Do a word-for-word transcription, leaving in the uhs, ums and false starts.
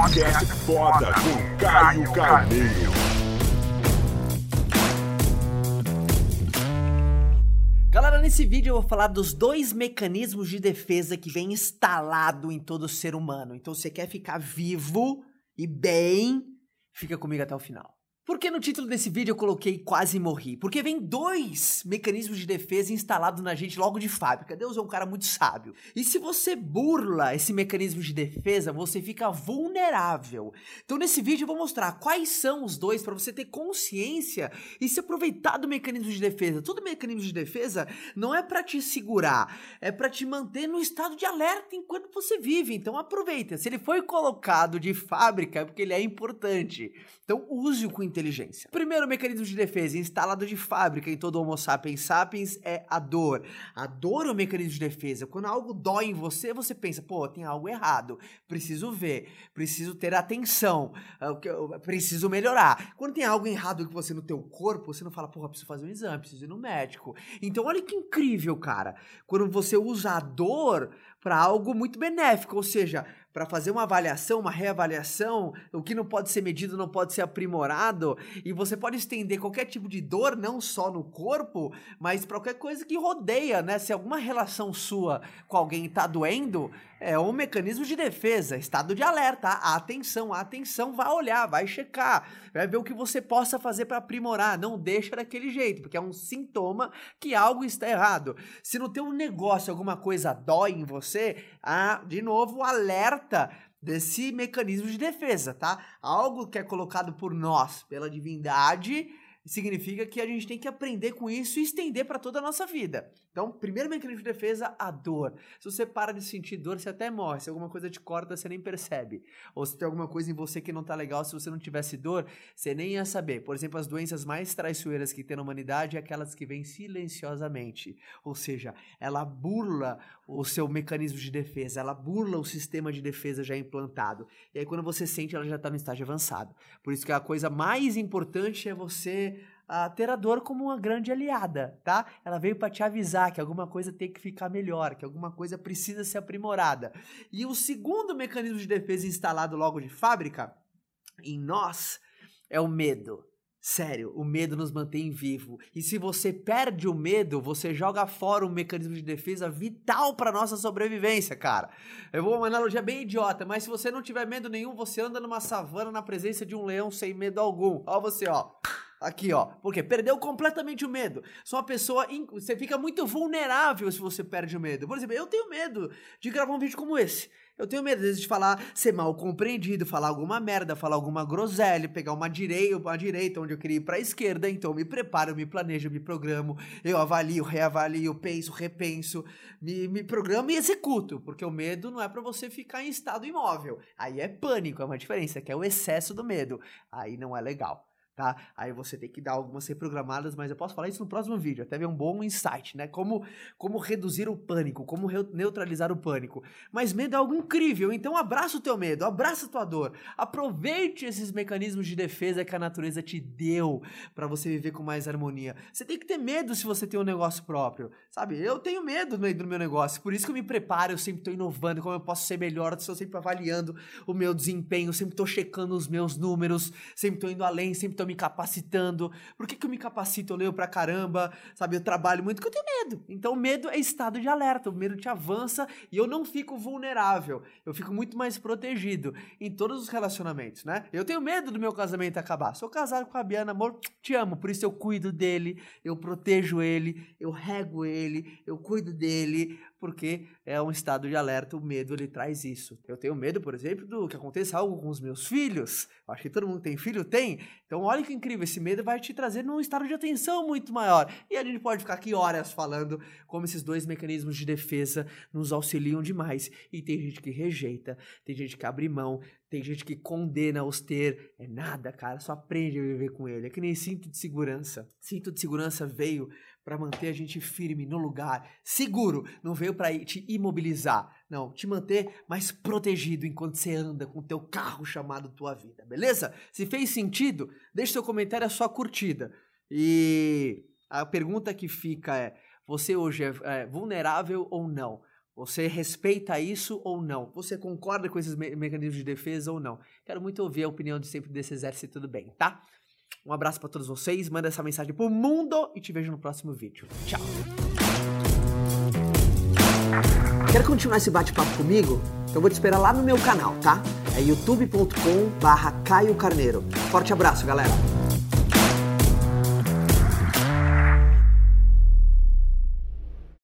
Podcast Foda com Caio Carneiro. Galera, nesse vídeo eu vou falar dos dois mecanismos de defesa que vem instalado em todo ser humano. Então, se você quer ficar vivo e bem, fica comigo até o final. Por que no título desse vídeo eu coloquei quase morri? Porque vem dois mecanismos de defesa instalados na gente logo de fábrica. Deus é um cara muito sábio. E se você burla esse mecanismo de defesa, você fica vulnerável. Então nesse vídeo eu vou mostrar quais são os dois para você ter consciência e se aproveitar do mecanismo de defesa. Todo mecanismo de defesa não é para te segurar, é para te manter no estado de alerta enquanto você vive. Então aproveita. Se ele foi colocado de fábrica é porque ele é importante. Então use-o com inteligência. O primeiro mecanismo de defesa instalado de fábrica em todo Homo sapiens sapiens é a dor. A dor é o mecanismo de defesa. Quando algo dói em você, você pensa, pô, tem algo errado, preciso ver, preciso ter atenção, preciso melhorar. Quando tem algo errado com você no teu corpo, você não fala, porra, preciso fazer um exame, preciso ir no médico. Então olha que incrível, cara, quando você usa a dor para algo muito benéfico, ou seja, para fazer uma avaliação, uma reavaliação, o que não pode ser medido não pode ser aprimorado, e você pode estender qualquer tipo de dor, não só no corpo, mas para qualquer coisa que rodeia, né? Se alguma relação sua com alguém está doendo, é um mecanismo de defesa, estado de alerta, atenção, atenção, vai olhar, vai checar, vai ver o que você possa fazer para aprimorar, não deixa daquele jeito, porque é um sintoma que algo está errado. Se no teu negócio alguma coisa dói em você, ah, de novo, alerta desse mecanismo de defesa, tá? Algo que é colocado por nós, pela divindade, significa que a gente tem que aprender com isso e estender para toda a nossa vida. Então, primeiro mecanismo de defesa, a dor. Se você para de sentir dor, você até morre. Se alguma coisa te corta, você nem percebe. Ou se tem alguma coisa em você que não tá legal, se você não tivesse dor, você nem ia saber. Por exemplo, as doenças mais traiçoeiras que tem na humanidade é aquelas que vêm silenciosamente. Ou seja, ela burla o seu mecanismo de defesa, ela burla o sistema de defesa já implantado. E aí quando você sente, ela já tá no estágio avançado. Por isso que a coisa mais importante é você a ter a dor como uma grande aliada, tá? Ela veio para te avisar que alguma coisa tem que ficar melhor, que alguma coisa precisa ser aprimorada. E o segundo mecanismo de defesa instalado logo de fábrica em nós é o medo. Sério, o medo nos mantém vivo. E se você perde o medo, você joga fora um mecanismo de defesa vital para nossa sobrevivência, cara. Eu vou uma analogia bem idiota, mas se você não tiver medo nenhum, você anda numa savana na presença de um leão sem medo algum. Ó você, ó. Aqui, ó. Por quê? Perdeu completamente o medo. Sou uma pessoa... Inc... Você fica muito vulnerável se você perde o medo. Por exemplo, eu tenho medo de gravar um vídeo como esse. Eu tenho medo, às vezes, de falar, ser mal compreendido, falar alguma merda, falar alguma groselha, pegar uma direita, uma direita onde eu queria ir pra esquerda. Então, eu me preparo, eu me planejo, eu me programo, eu avalio, reavalio, penso, repenso, me, me programo e executo. Porque o medo não é pra você ficar em estado imóvel. Aí é pânico, é uma diferença, que é o excesso do medo. Aí não é legal. Tá? Aí você tem que dar algumas reprogramadas, mas eu posso falar isso no próximo vídeo, até ver um bom insight, né? Como, como reduzir o pânico, como neutralizar o pânico. Mas medo é algo incrível, então abraça o teu medo, abraça a tua dor, aproveite esses mecanismos de defesa que a natureza te deu para você viver com mais harmonia. Você tem que ter medo se você tem um negócio próprio, sabe? Eu tenho medo no meio do meu negócio, por isso que eu me preparo, eu sempre tô inovando, como eu posso ser melhor, eu estou sempre avaliando o meu desempenho, sempre tô checando os meus números, sempre tô indo além, sempre tô me capacitando. Por que que eu me capacito? Eu leio pra caramba, sabe? Eu trabalho muito porque eu tenho medo. Então, medo é estado de alerta. O medo te avança e eu não fico vulnerável. Eu fico muito mais protegido em todos os relacionamentos, né? Eu tenho medo do meu casamento acabar. Sou casado com a Biana, amor, te amo. Por isso eu cuido dele, eu protejo ele, eu rego ele, eu cuido dele, porque é um estado de alerta, o medo ele traz isso. Eu tenho medo, por exemplo, do que aconteça algo com os meus filhos. Acho que todo mundo tem filho, tem. Então olha que incrível, esse medo vai te trazer num estado de atenção muito maior. E a gente pode ficar aqui horas falando como esses dois mecanismos de defesa nos auxiliam demais. E tem gente que rejeita, tem gente que abre mão, tem gente que condena os ter. É nada, cara, só aprende a viver com ele. É que nem cinto de segurança. Cinto de segurança veio para manter a gente firme no lugar, seguro. Não veio para te imobilizar, não, te manter mais protegido enquanto você anda com o teu carro chamado tua vida, beleza? Se fez sentido, deixe seu comentário, a sua curtida. E a pergunta que fica é, você hoje é, é vulnerável ou não? Você respeita isso ou não? Você concorda com esses me mecanismos de defesa ou não? Quero muito ouvir a opinião de sempre desse exército do bem, tá? Um abraço pra todos vocês, manda essa mensagem pro mundo e te vejo no próximo vídeo. Tchau! Quer continuar esse bate-papo comigo? Então eu vou te esperar lá no meu canal, tá? É youtube ponto com barra Caio Carneiro. Forte abraço, galera!